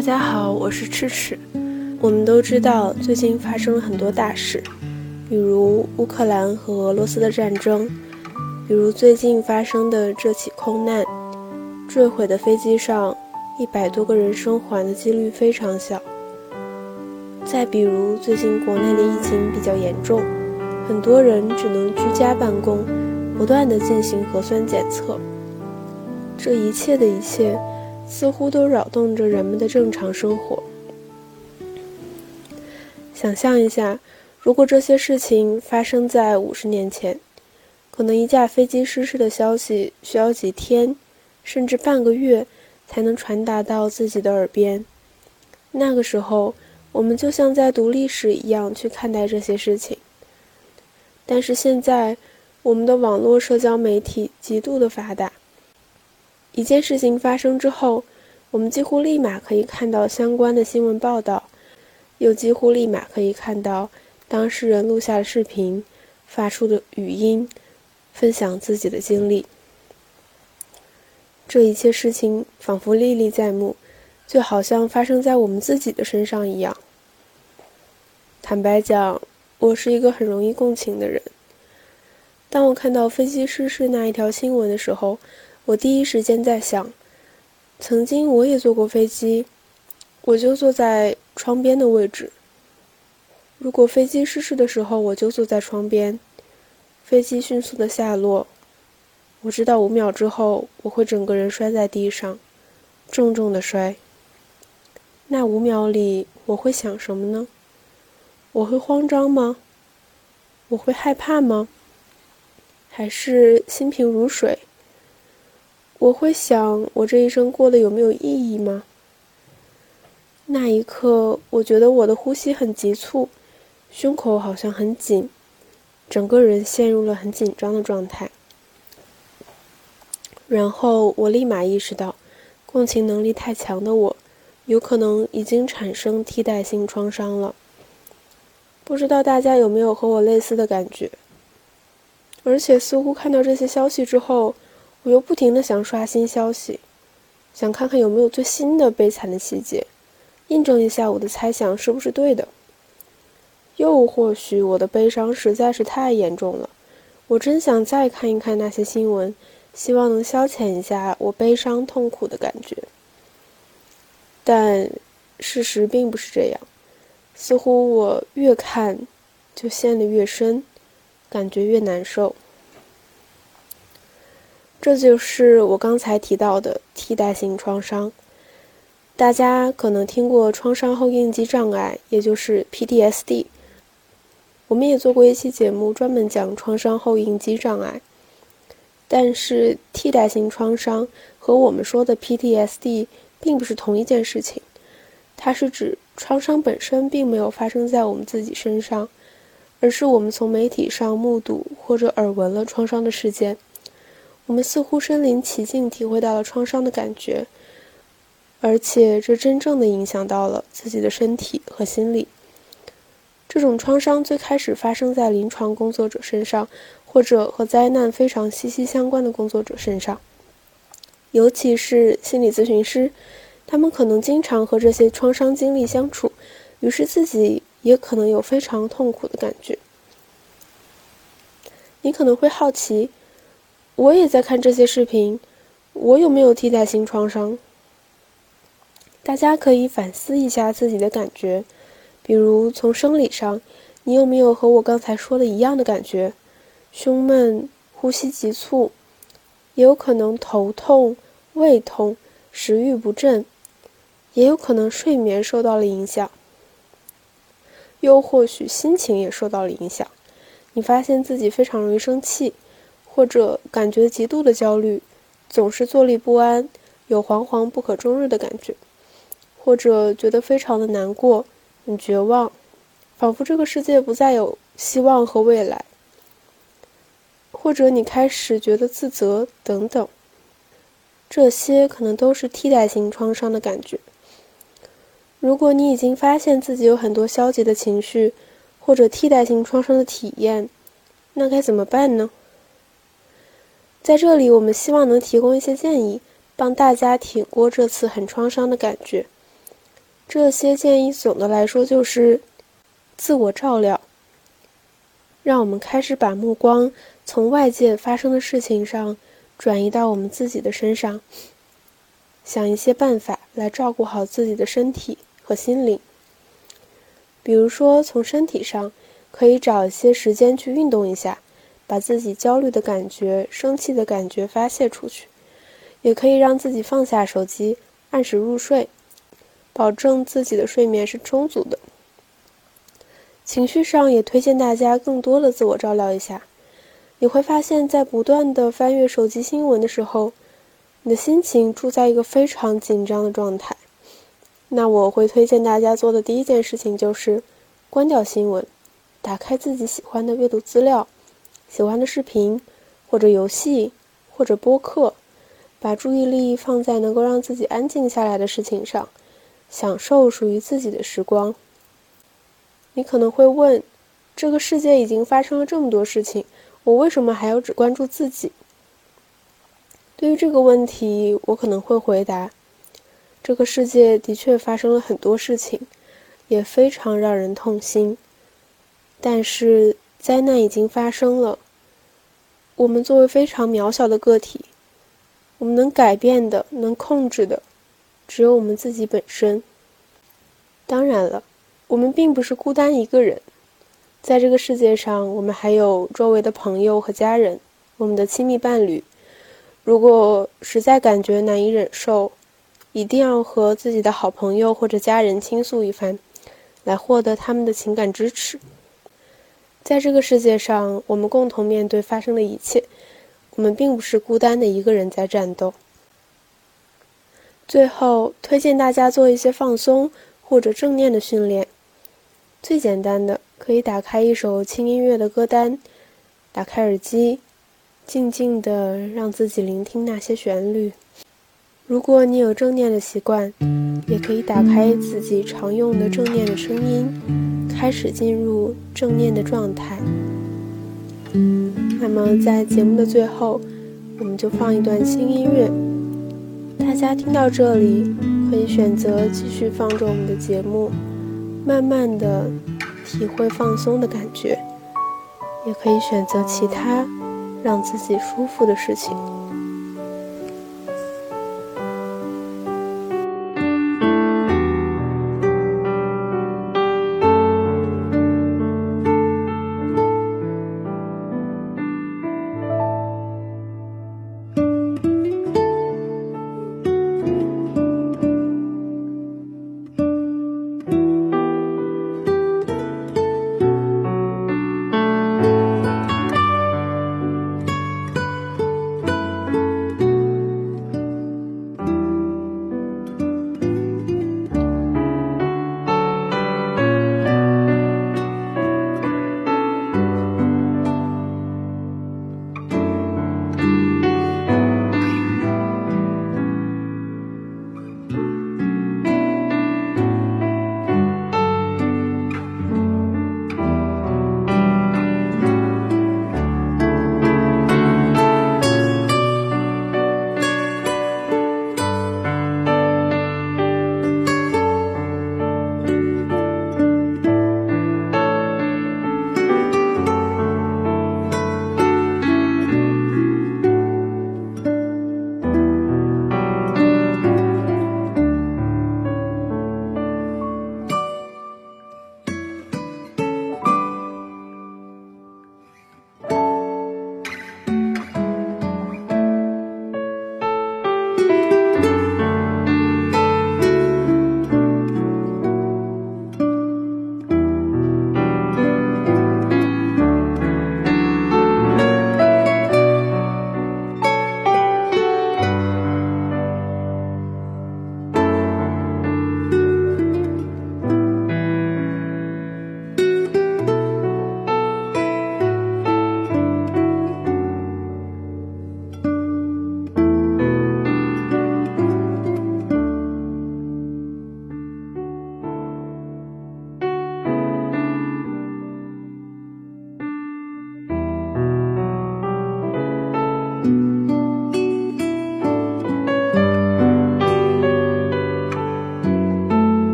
大家好，我是赤赤。我们都知道最近发生了很多大事，比如乌克兰和俄罗斯的战争，比如最近发生的这起空难，坠毁的飞机上100多个人生还的几率非常小。再比如最近国内的疫情比较严重，很多人只能居家办公，不断地进行核酸检测。这一切的一切似乎都扰动着人们的正常生活。想象一下，如果这些事情发生在50年前，可能一架飞机失事的消息需要几天，甚至半个月才能传达到自己的耳边。那个时候，我们就像在读历史一样去看待这些事情。但是现在，我们的网络社交媒体极度的发达，一件事情发生之后，我们几乎立马可以看到相关的新闻报道，又几乎立马可以看到当事人录下的视频，发出的语音，分享自己的经历。这一切事情仿佛历历在目，就好像发生在我们自己的身上一样。坦白讲，我是一个很容易共情的人。当我看到飞机失事那一条新闻的时候，我第一时间在想，曾经我也坐过飞机，我就坐在窗边的位置。如果飞机失事的时候我就坐在窗边，飞机迅速的下落，我知道5秒之后我会整个人摔在地上，重重的摔。那5秒里我会想什么呢？我会慌张吗？我会害怕吗？还是心平如水？我会想我这一生过得有没有意义吗？那一刻，我觉得我的呼吸很急促，胸口好像很紧，整个人陷入了很紧张的状态。然后我立马意识到，共情能力太强的我，有可能已经产生替代性创伤了。不知道大家有没有和我类似的感觉？而且似乎看到这些消息之后，我又不停地想刷新消息，想看看有没有最新的悲惨的细节，印证一下我的猜想是不是对的。又或许我的悲伤实在是太严重了，我真想再看一看那些新闻，希望能消遣一下我悲伤痛苦的感觉。但事实并不是这样，似乎我越看就陷得越深，感觉越难受。这就是我刚才提到的替代性创伤。大家可能听过创伤后应激障碍，也就是 PTSD。我们也做过一期节目专门讲创伤后应激障碍。但是替代性创伤和我们说的 PTSD 并不是同一件事情。它是指创伤本身并没有发生在我们自己身上，而是我们从媒体上目睹或者耳闻了创伤的事件。我们似乎身临其境体会到了创伤的感觉，而且这真正的影响到了自己的身体和心理。这种创伤最开始发生在临床工作者身上，或者和灾难非常息息相关的工作者身上。尤其是心理咨询师，他们可能经常和这些创伤经历相处，于是自己也可能有非常痛苦的感觉。你可能会好奇，我也在看这些视频，我有没有替代性创伤？大家可以反思一下自己的感觉，比如从生理上，你有没有和我刚才说的一样的感觉？胸闷、呼吸急促，也有可能头痛、胃痛、食欲不振，也有可能睡眠受到了影响，又或许心情也受到了影响。你发现自己非常容易生气，或者感觉极度的焦虑，总是坐立不安，有惶惶不可终日的感觉，或者觉得非常的难过，很绝望，仿佛这个世界不再有希望和未来，或者你开始觉得自责等等。这些可能都是替代性创伤的感觉。如果你已经发现自己有很多消极的情绪，或者替代性创伤的体验，那该怎么办呢？在这里，我们希望能提供一些建议，帮大家挺过这次很创伤的感觉。 这些建议总的来说就是自我照料，让我们开始把目光从外界发生的事情上转移到我们自己的身上，想一些办法来照顾好自己的身体和心灵。比如说，从身体上可以找一些时间去运动一下，把自己焦虑的感觉、生气的感觉发泄出去，也可以让自己放下手机，按时入睡，保证自己的睡眠是充足的。情绪上也推荐大家更多的自我照料一下。你会发现在不断的翻阅手机新闻的时候，你的心情处在一个非常紧张的状态。那我会推荐大家做的第一件事情就是关掉新闻，打开自己喜欢的阅读资料，喜欢的视频，或者游戏，或者播客，把注意力放在能够让自己安静下来的事情上，享受属于自己的时光。你可能会问，这个世界已经发生了这么多事情，我为什么还要只关注自己？对于这个问题，我可能会回答，这个世界的确发生了很多事情，也非常让人痛心。但是灾难已经发生了，我们作为非常渺小的个体，我们能改变的、能控制的，只有我们自己本身。当然了，我们并不是孤单一个人，在这个世界上，我们还有周围的朋友和家人，我们的亲密伴侣。如果实在感觉难以忍受，一定要和自己的好朋友或者家人倾诉一番，来获得他们的情感支持。在这个世界上，我们共同面对发生的一切，我们并不是孤单的一个人在战斗。最后，推荐大家做一些放松或者正念的训练。最简单的，可以打开一首轻音乐的歌单，打开耳机，静静地让自己聆听那些旋律。如果你有正念的习惯，也可以打开自己常用的正念的声音，开始进入正念的状态。那么在节目的最后，我们就放一段轻音乐。大家听到这里，可以选择继续放着我们的节目，慢慢地体会放松的感觉，也可以选择其他让自己舒服的事情。